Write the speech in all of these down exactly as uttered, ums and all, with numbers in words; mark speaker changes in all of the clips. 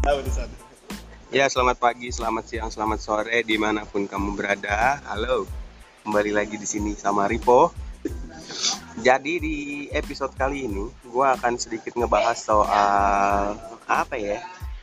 Speaker 1: Tahu di sana.
Speaker 2: Ya, selamat pagi, selamat siang, selamat sore, dimanapun kamu berada. Halo, kembali lagi di sini sama Ripo. Jadi di episode kali ini, gue akan sedikit ngebahas soal apa ya?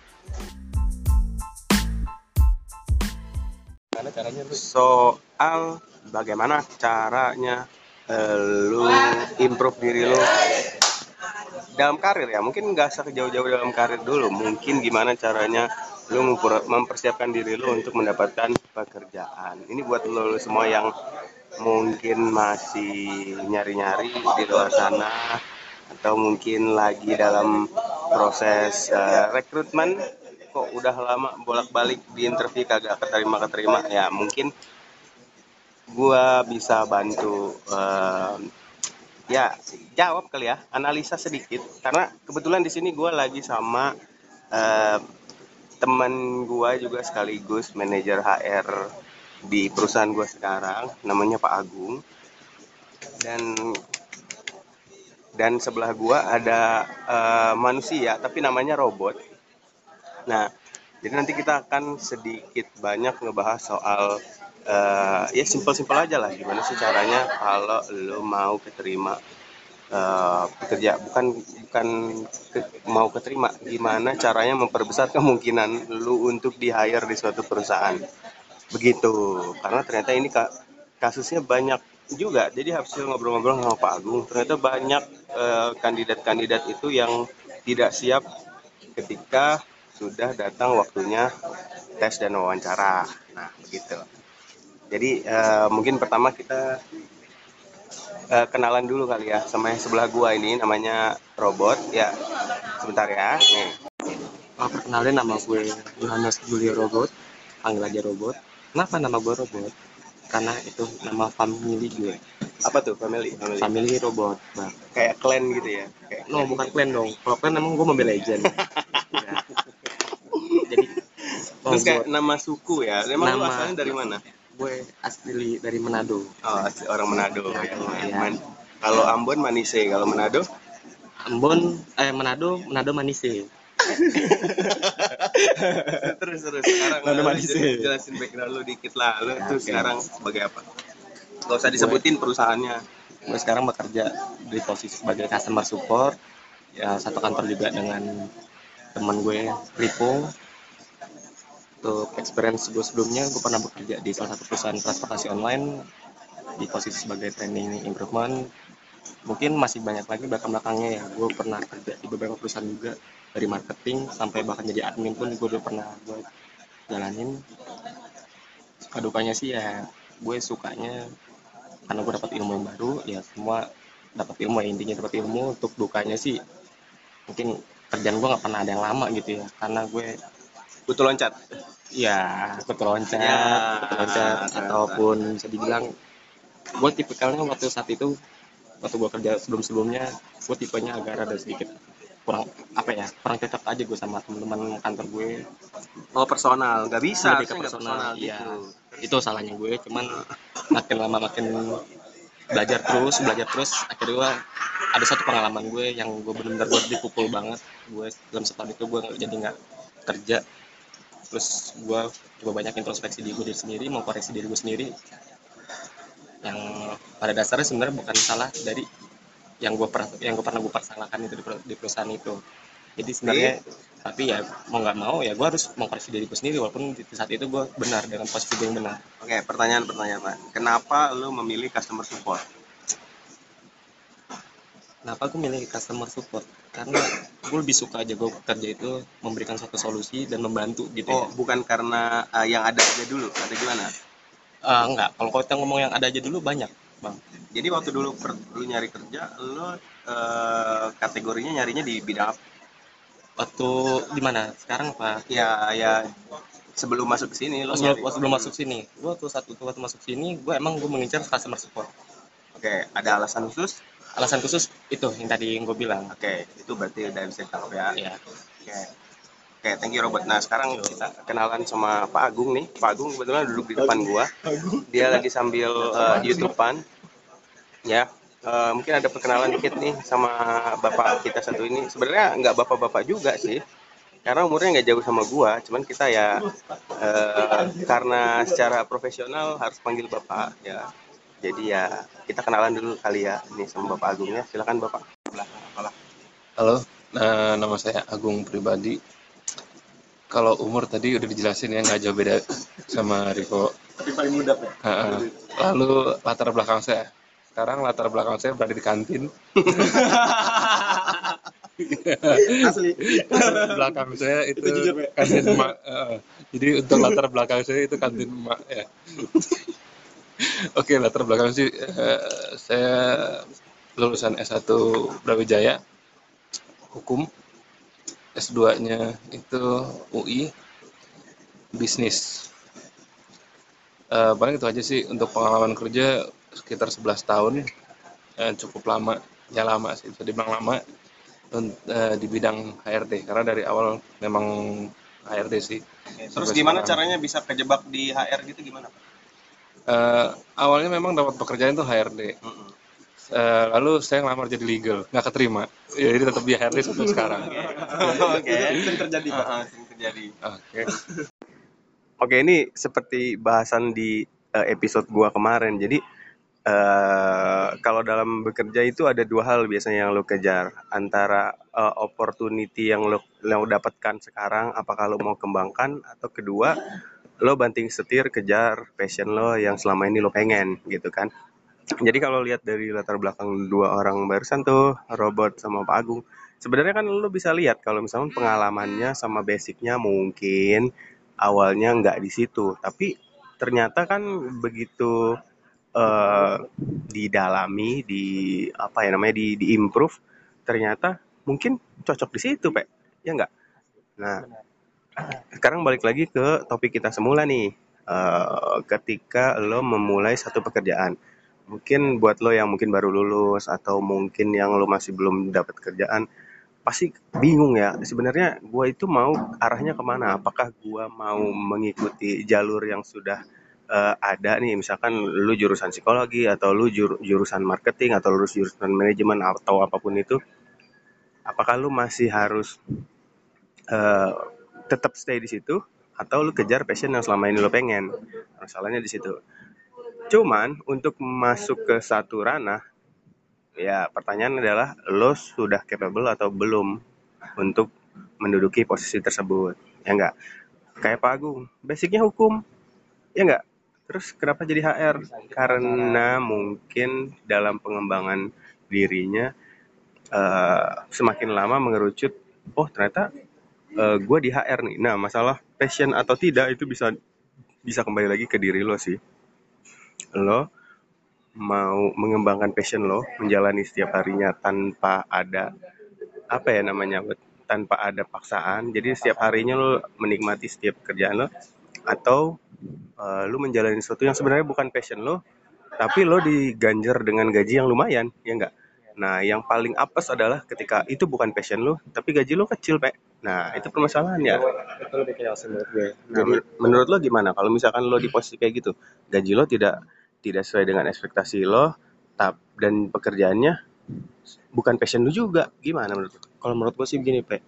Speaker 1: Gimana caranya lu?
Speaker 2: Soal bagaimana caranya eh, lu improve diri lu dalam karir ya. Mungkin nggak usah jauh-jauh dalam karir dulu. Mungkin gimana caranya lu mempersiapkan diri lu untuk mendapatkan pekerjaan. Ini buat lu semua yang mungkin masih nyari-nyari di luar sana atau mungkin lagi dalam proses uh, rekrutmen, kok udah lama bolak-balik di interview kagak keterima keterima ya, mungkin gua bisa bantu uh, ya jawab kali ya, analisa sedikit karena kebetulan di sini gua lagi sama uh, teman gua juga sekaligus manajer H R di perusahaan gua sekarang, namanya Pak Agung. dan dan sebelah gua ada uh, manusia tapi namanya robot. Nah, jadi nanti kita akan sedikit banyak ngebahas soal uh, ya simpel-simpel aja lah, gimana sih caranya kalau lo mau keterima uh, pekerja, bukan bukan ke, mau keterima, gimana caranya memperbesar kemungkinan lu untuk di hire di suatu perusahaan. Begitu, karena ternyata ini kak kasusnya banyak juga. Jadi hasil ngobrol-ngobrol sama Pak Agung, ternyata banyak eh, kandidat-kandidat itu yang tidak siap ketika sudah datang waktunya tes dan wawancara. Nah, begitu. Jadi eh, mungkin pertama kita eh, kenalan dulu kali ya sama yang sebelah gua ini, namanya Robot. Ya, sebentar ya. Nih.
Speaker 1: Oh, perkenalin, nama gue Yohanes Julio Robot, panggil aja Robot. Kenapa nama gue Robot? Karena itu nama family gue,
Speaker 2: Apa tuh family? Family.
Speaker 1: family Robot. Nah,
Speaker 2: Kayak clan gitu ya. Kayak
Speaker 1: no
Speaker 2: clan.
Speaker 1: bukan clan dong. Kalau clan emang gue Mobile Legend. Ya, jadi
Speaker 2: Terus kayak
Speaker 1: Robot.
Speaker 2: nama suku ya. Emang lu
Speaker 1: Nama
Speaker 2: asalnya dari mana?
Speaker 1: gue asli dari Manado.
Speaker 2: Oh, asli orang Manado. Ya.
Speaker 1: Manado ya.
Speaker 2: Man- kalau Ambon Manise, kalau Manado
Speaker 1: Ambon, eh Manado, Manado Manise.
Speaker 2: terus terus sekarang
Speaker 1: Manado
Speaker 2: lu
Speaker 1: Manise.
Speaker 2: jelasin background lu dikit lah. Lu
Speaker 1: Ya,
Speaker 2: tuh
Speaker 1: oke.
Speaker 2: sekarang sebagai apa? Gak usah
Speaker 1: Gue
Speaker 2: disebutin perusahaannya.
Speaker 1: gue sekarang bekerja di posisi sebagai customer support, ya satu kantor juga dengan teman gue Ripo. Untuk experience gue sebelumnya, gue pernah bekerja di salah satu perusahaan transportasi online di posisi sebagai training improvement. Mungkin masih banyak lagi belakang-belakangnya ya. Gue pernah kerja di beberapa perusahaan juga, dari marketing sampai bahkan jadi admin pun gue udah pernah gue jalanin. Suka dukanya sih ya, gue sukanya karena gue dapat ilmu yang baru, ya semua dapat ilmu ya, intinya dapat ilmu. Untuk dukanya sih mungkin kerjaan gue nggak pernah ada yang lama gitu ya, karena gue
Speaker 2: Butuh loncat.
Speaker 1: ya ikut loncat
Speaker 2: Ya,
Speaker 1: ikut loncat
Speaker 2: keren.
Speaker 1: ataupun bisa dibilang gue tipikalnya waktu saat itu, waktu gue kerja sebelum-sebelumnya, gue tipenya agak rada sedikit kurang apa ya, kurang cocok aja gue sama teman-teman kantor gue.
Speaker 2: Oh, personal. Gak bisa,
Speaker 1: Lebih ke
Speaker 2: harusnya gak
Speaker 1: personal,
Speaker 2: personal
Speaker 1: iya
Speaker 2: gitu.
Speaker 1: itu salahnya gue. Cuman makin lama makin belajar terus belajar terus akhirnya gue ada satu pengalaman gue yang gue benar-benar gue dipukul banget. Gue dalam setahun itu gue nggak- jadi nggak kerja. Terus gue coba banyak introspeksi diri gue sendiri, mau koreksi diri gue sendiri, yang pada dasarnya sebenarnya bukan salah dari yang gue pernah yang gue pernah gue persalahkan itu di, di perusahaan itu. Jadi sebenarnya
Speaker 2: Nih,
Speaker 1: tapi ya mau nggak mau ya gue harus mengkoreksi diriku sendiri, walaupun di saat itu gue benar dengan posisi gue yang benar.
Speaker 2: oke, pertanyaan-pertanyaan, Pak. Kenapa lu memilih customer support?
Speaker 1: Kenapa aku milih customer support? Karena gue lebih suka aja gue kerja itu memberikan suatu solusi dan membantu gitu
Speaker 2: Oh,
Speaker 1: ya.
Speaker 2: bukan karena uh, yang ada aja dulu, ada gimana?
Speaker 1: Uh, enggak, kalau kita ngomong yang ada aja dulu banyak bang.
Speaker 2: Jadi waktu dulu per, lu nyari kerja, lu uh, kategorinya nyarinya di bidang apa?
Speaker 1: Waktu di mana? Sekarang apa?
Speaker 2: Ya, ya sebelum masuk ke sini lu
Speaker 1: Oh, sebelum,
Speaker 2: nyari.
Speaker 1: oh, sebelum masuk sini, gue waktu satu waktu masuk sini, gue emang gue mengincar customer support.
Speaker 2: Oke, ada alasan khusus?
Speaker 1: Alasan khusus itu yang tadi yang gue bilang.
Speaker 2: Oke, itu berarti udah bisa ditangkap ya.
Speaker 1: Ya.
Speaker 2: Oke. Oke, thank you Robert. Nah, sekarang kita kenalan sama Pak Agung nih. Pak Agung kebetulan duduk di depan gua. Dia lagi sambil uh, YouTube-an. Ya, uh, mungkin ada perkenalan dikit nih sama bapak kita satu ini. Sebenarnya nggak bapak-bapak juga sih. karena umurnya nggak jauh sama gua, cuman kita ya eh, karena secara profesional harus panggil bapak ya. Jadi ya kita kenalan dulu kali ya ini sama Bapak Agung ya. Silakan Bapak.
Speaker 3: Halo, nah, nama saya Agung Pribadi. Kalau umur tadi udah dijelasin ya, nggak jauh beda sama Riko.
Speaker 1: Tapi paling muda Pak.
Speaker 3: Ha, ha. Lalu latar belakang saya. Sekarang latar belakang saya berada di kantin.
Speaker 1: Asli.
Speaker 3: Latar belakang saya itu,
Speaker 1: Itu jujur, Pak.
Speaker 3: kantin emak. Ha, jadi untuk latar belakang saya itu kantin emak ya. Oke, latar belakang sih eh, saya lulusan S satu Brawijaya Hukum, S dua-nya itu U I Bisnis. Eh, paling itu aja sih untuk pengalaman kerja sekitar sebelas tahun, eh, cukup lama, ya lama sih, bisa dibilang lama un- eh, di bidang H R D karena dari awal memang H R D sih.
Speaker 2: Terus
Speaker 3: Sampai
Speaker 2: gimana
Speaker 3: sekarang.
Speaker 2: caranya bisa kejebak di H R gitu gimana?
Speaker 3: Eh, awalnya memang dapat pekerjaan itu H R D.
Speaker 2: Mm-mm.
Speaker 3: Eh, lalu saya ngelamar jadi legal, nggak keterima. Ya, jadi tetap di H R D sampai sekarang.
Speaker 2: Oke.
Speaker 1: Sering terjadi Pak.
Speaker 2: Ah, ah, sering terjadi.
Speaker 3: Oke.
Speaker 2: Oke, ini seperti bahasan di eh, episode gua kemarin. Jadi eh kalau dalam bekerja itu ada dua hal biasanya yang lo kejar, antara eh, opportunity yang lo yang lo dapatkan sekarang, apakah lo mau kembangkan, atau kedua lo banting setir kejar passion lo yang selama ini lo pengen gitu kan. Jadi kalau lihat dari latar belakang dua orang barusan tuh, Robert sama Pak Agung, sebenarnya kan lo bisa lihat kalau misalnya pengalamannya sama basicnya mungkin awalnya nggak di situ, tapi ternyata kan begitu eh, didalami, di apa ya namanya, di, di improve, ternyata mungkin cocok di situ, Pak. Ya nggak? Nah, sekarang balik lagi ke topik kita semula nih. Eh, ketika lo memulai satu pekerjaan, mungkin buat lo yang mungkin baru lulus atau mungkin yang lo masih belum dapat kerjaan, pasti bingung ya. Sebenarnya gue itu mau arahnya kemana? Apakah gue mau mengikuti jalur yang sudah eh, ada nih, misalkan lu jurusan psikologi atau lu jur- jurusan marketing atau lulus jurusan manajemen atau apapun itu, apakah lu masih harus eh, tetap stay di situ atau lu kejar passion yang selama ini lo pengen? Masalahnya di situ. Cuman untuk masuk ke satu ranah, ya pertanyaan adalah lo sudah capable atau belum untuk menduduki posisi tersebut, ya enggak? Kayak Pak Agung, basicnya hukum, ya enggak? Terus kenapa jadi H R? Karena mungkin dalam pengembangan dirinya eh, semakin lama mengerucut, oh ternyata eh, gue di H R nih. Nah, masalah passion atau tidak itu bisa bisa kembali lagi ke diri lo sih. Lo mau mengembangkan passion lo, menjalani setiap harinya tanpa ada apa ya namanya, tanpa ada paksaan. Jadi setiap harinya lo menikmati setiap kerjaan lo, atau eh, lo menjalani sesuatu yang sebenarnya bukan passion lo, tapi lo diganjar dengan gaji yang lumayan, ya enggak? Nah, yang paling apes adalah ketika itu bukan passion lo, tapi gaji lo kecil, Pak. Nah, itu permasalahannya.
Speaker 1: Itu lebih chaos menurut gue.
Speaker 2: Nah,
Speaker 1: Jadi
Speaker 2: men- menurut lo gimana? Kalau misalkan lo di posisi kayak gitu, gaji lo tidak tidak sesuai dengan ekspektasi lo, tap, dan pekerjaannya bukan passion lo juga, gimana menurut lo?
Speaker 1: kalau menurut gue sih begini Pak.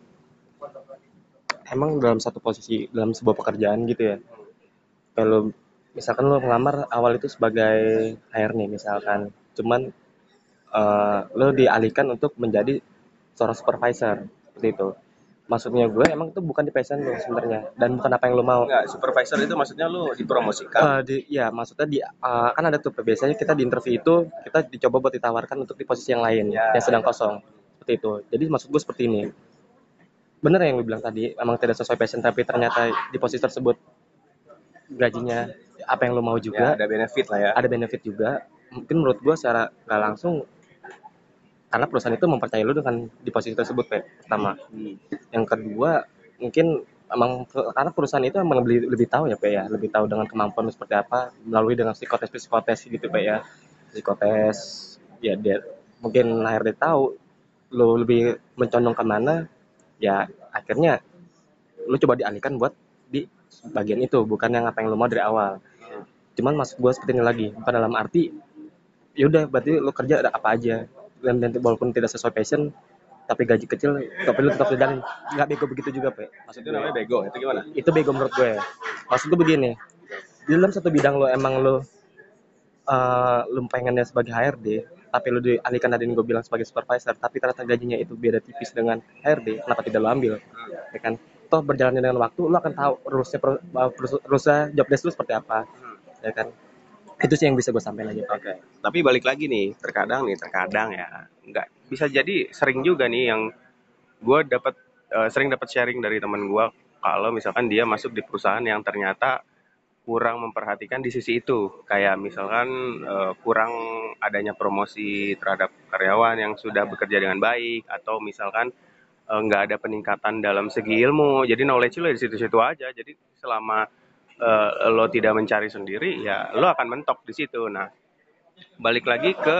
Speaker 1: Emang dalam satu posisi dalam sebuah pekerjaan gitu ya. Kalau misalkan lo ngelamar awal itu sebagai H R nih misalkan, cuman eh, lo dialihkan untuk menjadi seorang supervisor seperti itu. Maksudnya gue emang itu bukan di passion lo sebenarnya dan bukan apa yang lo mau.
Speaker 2: Enggak, supervisor itu maksudnya lo dipromosikan.
Speaker 1: Eh, di, ya maksudnya di eh, kan ada tuh biasanya kita di interview itu kita dicoba buat ditawarkan untuk di posisi yang lain
Speaker 2: Ya.
Speaker 1: yang sedang kosong seperti itu. Jadi maksud gue seperti ini. Bener yang lu bilang tadi, emang tidak sesuai passion tapi ternyata di posisi tersebut gajinya apa yang lu mau
Speaker 2: Ya,
Speaker 1: juga,
Speaker 2: ada benefit lah ya.
Speaker 1: ada benefit juga. Mungkin menurut gue secara nggak langsung karena perusahaan itu mempercayai lu dengan di posisi tersebut, Pak. Pertama.
Speaker 2: Hmm.
Speaker 1: Yang kedua, mungkin emang karena perusahaan itu emang lebih lebih tahu ya, Pak ya, lebih tahu dengan kemampuan lu seperti apa melalui dengan psikotes psikotes gitu, Pak ya. Psikotes ya dia mungkin H R D tahu lu lebih mencondong kemana, ya akhirnya lu coba dialihkan buat di bagian itu, bukan yang apa yang lu mau dari awal. Cuman maksud gue seperti ini lagi, bukan dalam arti yaudah berarti lu kerja ada apa aja dan nanti walaupun tidak sesuai passion tapi gaji kecil, tapi lu tetap sedang nggak bego begitu juga, Pe. Maksud
Speaker 2: Itu
Speaker 1: gue,
Speaker 2: namanya bego, itu gimana?
Speaker 1: itu bego menurut gue. Maksud gue begini, di dalam satu bidang lo emang lo uh, lu pengennya sebagai H R D, tapi lu dialihkan tadi gue bilang sebagai supervisor, tapi ternyata gajinya itu beda tipis dengan H R D, kenapa tidak lo ambil? Ya kan? Toh berjalannya dengan waktu, lu akan tahu rulesnya rulesnya job desk lu seperti apa, ya kan? Itu sih yang bisa gue sampaikan aja.
Speaker 2: Oke. Okay. Tapi balik lagi nih, terkadang nih, terkadang ya, nggak bisa jadi sering juga nih yang gue dapat uh, sering dapat sharing dari teman gue kalau misalkan dia masuk di perusahaan yang ternyata kurang memperhatikan di sisi itu, kayak misalkan uh, kurang adanya promosi terhadap karyawan yang sudah bekerja dengan baik, atau misalkan uh, nggak ada peningkatan dalam segi ilmu, jadi knowledge lo di situ-situ aja, jadi selama uh, lo tidak mencari sendiri ya lo akan mentok di situ. Nah, balik lagi ke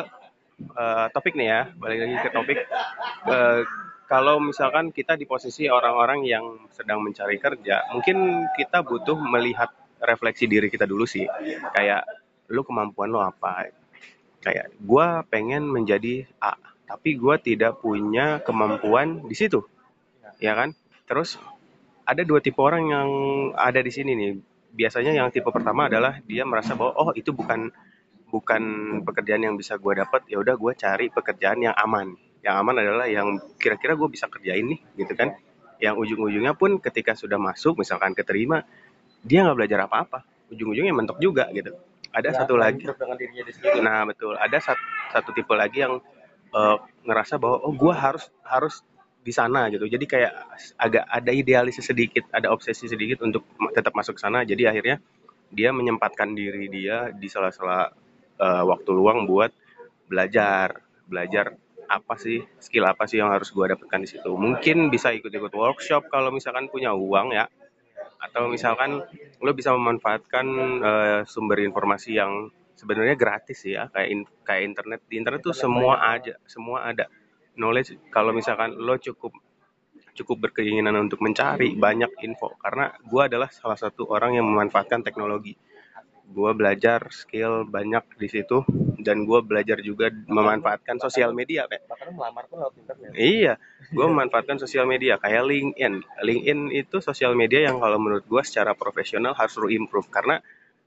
Speaker 2: uh, topik nih ya, balik lagi ke topik. Uh, kalau misalkan kita di posisi orang-orang yang sedang mencari kerja, mungkin kita butuh melihat refleksi diri kita dulu sih. Kayak lu kemampuan lo apa? Kayak gue pengen menjadi A, tapi gue tidak punya kemampuan di situ, ya kan? Terus ada dua tipe orang yang ada di sini nih. Biasanya yang tipe pertama adalah dia merasa bahwa oh itu bukan bukan pekerjaan yang bisa gue dapat, ya udah gue cari pekerjaan yang aman. Yang aman adalah yang kira-kira gue bisa kerjain nih, gitu kan? Yang ujung-ujungnya pun ketika sudah masuk, misalkan keterima, dia nggak belajar apa-apa. Ujung-ujungnya mentok juga gitu. Ada ya, satu lagi. Nah betul. Ada satu, satu tipe lagi yang uh, ngerasa bahwa oh gue harus harus di sana gitu. Jadi kayak agak ada idealis sedikit, ada obsesi sedikit untuk tetap masuk sana. Jadi akhirnya dia menyempatkan diri dia di sela-sela uh, waktu luang buat belajar, belajar apa sih, skill apa sih yang harus gue dapatkan di situ. Mungkin bisa ikut-ikut workshop kalau misalkan punya uang ya. Atau misalkan lo bisa memanfaatkan uh, sumber informasi yang sebenarnya gratis ya, kayak in, kayak internet. Di internet tuh semua aja, semua ada knowledge. Kalau misalkan lo cukup cukup berkeinginan untuk mencari banyak info, karena gue adalah salah satu orang yang memanfaatkan teknologi. Gue belajar skill banyak di situ, dan gue belajar juga memanfaatkan sosial media, kayak
Speaker 1: bahkan melamar pun lewat internet.
Speaker 2: Iya, gue memanfaatkan sosial media kayak LinkedIn. LinkedIn itu sosial media yang kalau menurut gue secara profesional harus lo improve, karena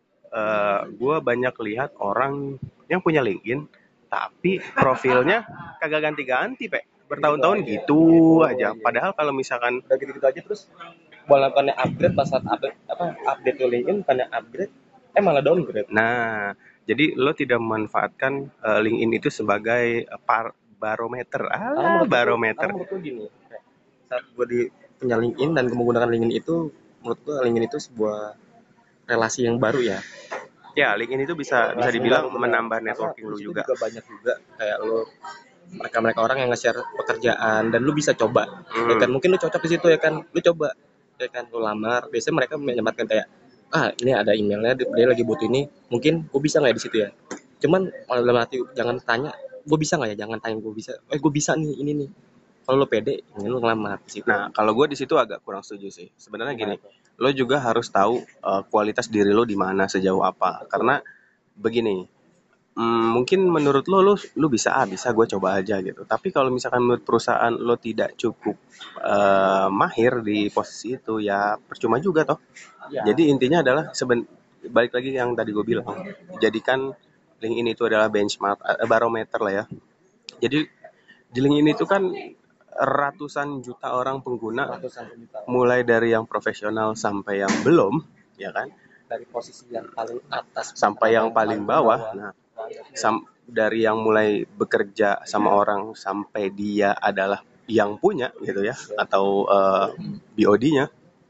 Speaker 2: uh, gue banyak lihat orang yang punya LinkedIn tapi profilnya kagak ganti-ganti, Pak. Bertahun-tahun gitu aja. Padahal kalau misalkan
Speaker 1: udah gitu-gitu aja terus bukannya upgrade pas saat update apa update tuh LinkedIn bukannya upgrade eh malah downgrade.
Speaker 2: Nah, jadi lo tidak memanfaatkan uh, LinkedIn itu sebagai uh, par barometer. Ah, barometer.
Speaker 1: Karena menurut gue gini, saat gue di punya LinkedIn dan menggunakan LinkedIn itu, menurut gue LinkedIn itu sebuah relasi yang baru ya.
Speaker 2: Ya, LinkedIn itu bisa relasi bisa dibilang baru, menambah networking lu juga.
Speaker 1: juga banyak juga kayak lo mereka-mereka orang yang nge-share pekerjaan dan lu bisa coba. Hmm. Ya kan mungkin lu cocok di situ ya kan, lu coba ya kan lu lamar. Biasanya mereka menyempatkan kayak ah ini ada emailnya dia lagi butuh ini, mungkin gue bisa nggak ya di situ ya. Cuman dalam hati jangan tanya gue bisa nggak ya, jangan tanya gue bisa, eh gue bisa nih ini nih. Kalau lo pede, ingin lo ngelamar di situ.
Speaker 2: Nah kalau gue di situ agak kurang setuju sih. Sebenarnya gini, lo juga harus tahu uh, kualitas diri lo di mana, sejauh apa. Betul. Karena begini, mm, mungkin menurut lo, lo lo bisa ah bisa gue coba aja gitu. Tapi kalau misalkan menurut perusahaan lo tidak cukup uh, mahir di posisi itu, ya percuma juga toh. Ya. Jadi intinya adalah seben balik lagi yang tadi gue bilang, jadikan LinkedIn itu adalah benchmark, uh, barometer lah ya. Jadi di LinkedIn itu kan ratusan juta orang pengguna, juta. Mulai dari yang profesional sampai yang belum, ya kan?
Speaker 1: Dari posisi yang paling atas
Speaker 2: sampai yang paling bawah. bawah. Nah, sam- dari yang mulai bekerja sama orang sampai dia adalah yang punya gitu ya, atau uh, B O D-nya.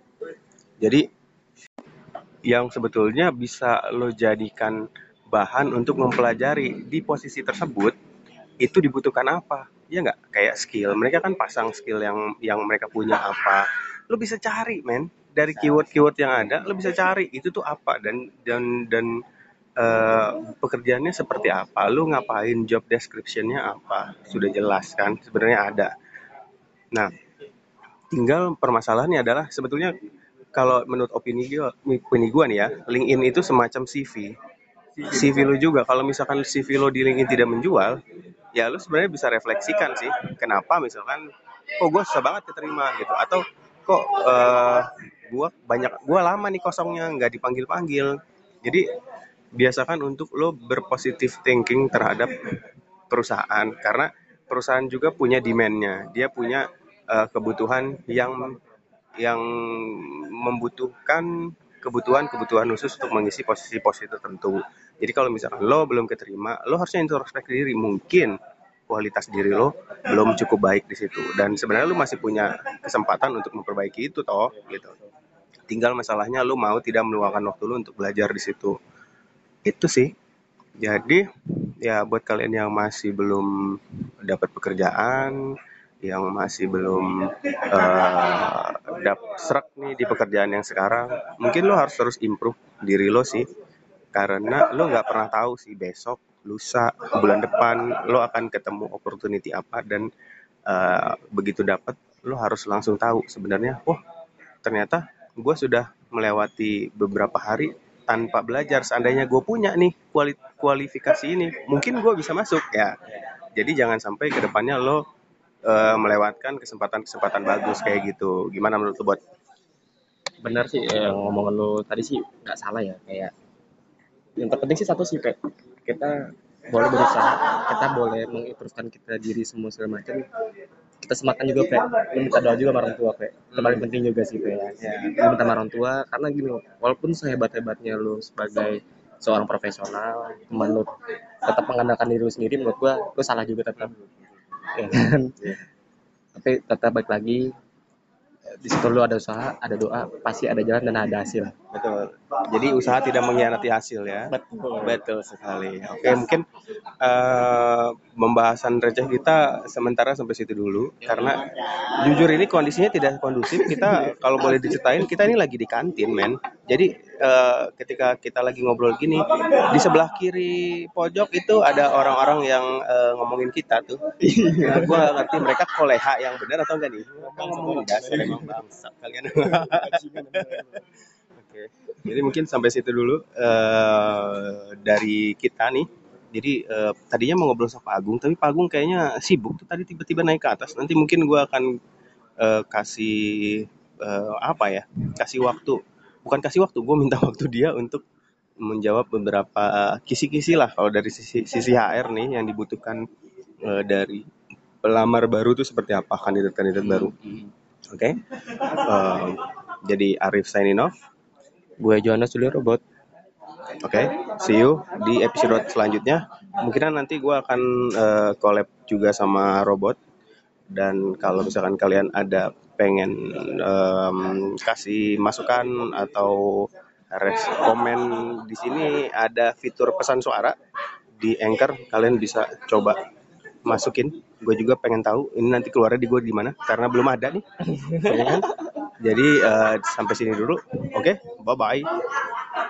Speaker 2: Jadi yang sebetulnya bisa lo jadikan bahan untuk mempelajari di posisi tersebut itu dibutuhkan apa. Iya nggak? Kayak skill. Mereka kan pasang skill yang yang mereka punya apa. Lo bisa cari, men. Dari keyword-keyword yang ada, lo bisa cari itu tuh apa dan dan dan uh, pekerjaannya seperti apa. Lo ngapain, job description-nya apa. Sudah jelas kan? Sebenarnya ada. Nah, tinggal permasalahannya adalah sebetulnya kalau menurut opini gue, opini gue nih ya, LinkedIn itu semacam C V. C V lo juga. Kalau misalkan C V lo di LinkedIn tidak menjual, ya lu sebenarnya bisa refleksikan sih, kenapa misalkan kok gue susah banget keterima gitu, atau kok eh gue banyak gue lama nih kosongnya nggak dipanggil panggil. Jadi biasakan untuk lo berpositif thinking terhadap perusahaan, karena perusahaan juga punya demand-nya, dia punya eh, kebutuhan yang yang membutuhkan kebutuhan-kebutuhan khusus untuk mengisi posisi-posisi tertentu. Jadi kalau misalkan lo belum keterima, lo harusnya introspeksi diri. Mungkin kualitas diri lo belum cukup baik di situ. Dan sebenarnya lo masih punya kesempatan untuk memperbaiki itu toh, gitu. Tinggal masalahnya lo mau tidak meluangkan waktu lo untuk belajar di situ. Itu sih. Jadi ya buat kalian yang masih belum dapat pekerjaan, yang masih belum uh, dap serak nih di pekerjaan yang sekarang, mungkin lo harus terus improve diri lo sih, karena lo nggak pernah tahu sih besok, lusa, bulan depan lo akan ketemu opportunity apa, dan uh, begitu dapat lo harus langsung tahu sebenarnya, oh ternyata gue sudah melewati beberapa hari tanpa belajar. Seandainya gue punya nih kuali kualifikasi ini, mungkin gue bisa masuk ya. Jadi jangan sampai kedepannya lo uh, melewatkan kesempatan-kesempatan bagus kayak gitu. Gimana menurut lo, Bot?
Speaker 1: Benar sih, eh, ngomongan lo tadi sih nggak salah ya. Kayak yang terpenting sih satu sih, kayak kita boleh berusaha, kita boleh mengimprove kita diri semua segala macam. Kita sematkan juga, Pak. Lu minta doa juga sama orang tua, Pak. Itu paling penting juga sih, Pak. Ya, lu minta sama orang tua, karena gini, walaupun sehebat-hebatnya lu sebagai seorang profesional, cuman lu tetap mengandalkan diri lu sendiri, menurut gua, lu salah juga tetap. Ya kan? Tapi tetap baik lagi, di situ lu ada usaha, ada doa, pasti ada jalan dan ada hasil.
Speaker 2: Betul. Jadi usaha tidak mengkhianati hasil ya.
Speaker 1: Betul.
Speaker 2: Betul sekali. Oke, mungkin uh, pembahasan receh kita sementara sampai situ dulu, karena jujur ini kondisinya tidak kondusif. Kita kalau boleh diceritain, kita ini lagi di kantin, men. Jadi uh, ketika kita lagi ngobrol gini, di sebelah kiri pojok itu ada orang-orang yang uh, ngomongin kita tuh. Nah, gue gak ngerti mereka koleha yang benar atau enggak nih. Mereka ngomongin dasar emang bangsat kalian. Oke, jadi mungkin sampai situ dulu uh, dari kita nih. Jadi uh, tadinya mau ngobrol sama Pak Agung, tapi Pak Agung kayaknya sibuk tuh tadi tiba-tiba naik ke atas. Nanti mungkin gue akan uh, kasih uh, apa ya? Kasih waktu, bukan kasih waktu, gue minta waktu dia untuk menjawab beberapa kisi-kisi lah kalau dari sisi sisi H R nih yang dibutuhkan uh, dari pelamar baru tuh seperti apa, kandidat-kandidat baru. Oke, okay? uh, jadi Arif signing off.
Speaker 1: Gue Jonas dulu, Robot.
Speaker 2: Oke, okay, see you di episode selanjutnya. Mungkin nanti gue akan uh, collab juga sama Robot. Dan kalau misalkan kalian ada pengen um, kasih masukan atau res komen, di sini ada fitur pesan suara di Anchor, kalian bisa coba masukin. Gue juga pengen tahu ini nanti keluarnya di gue di mana, karena belum ada nih. Ya kan? Jadi uh, sampai sini dulu. Oke, okay? Bye bye.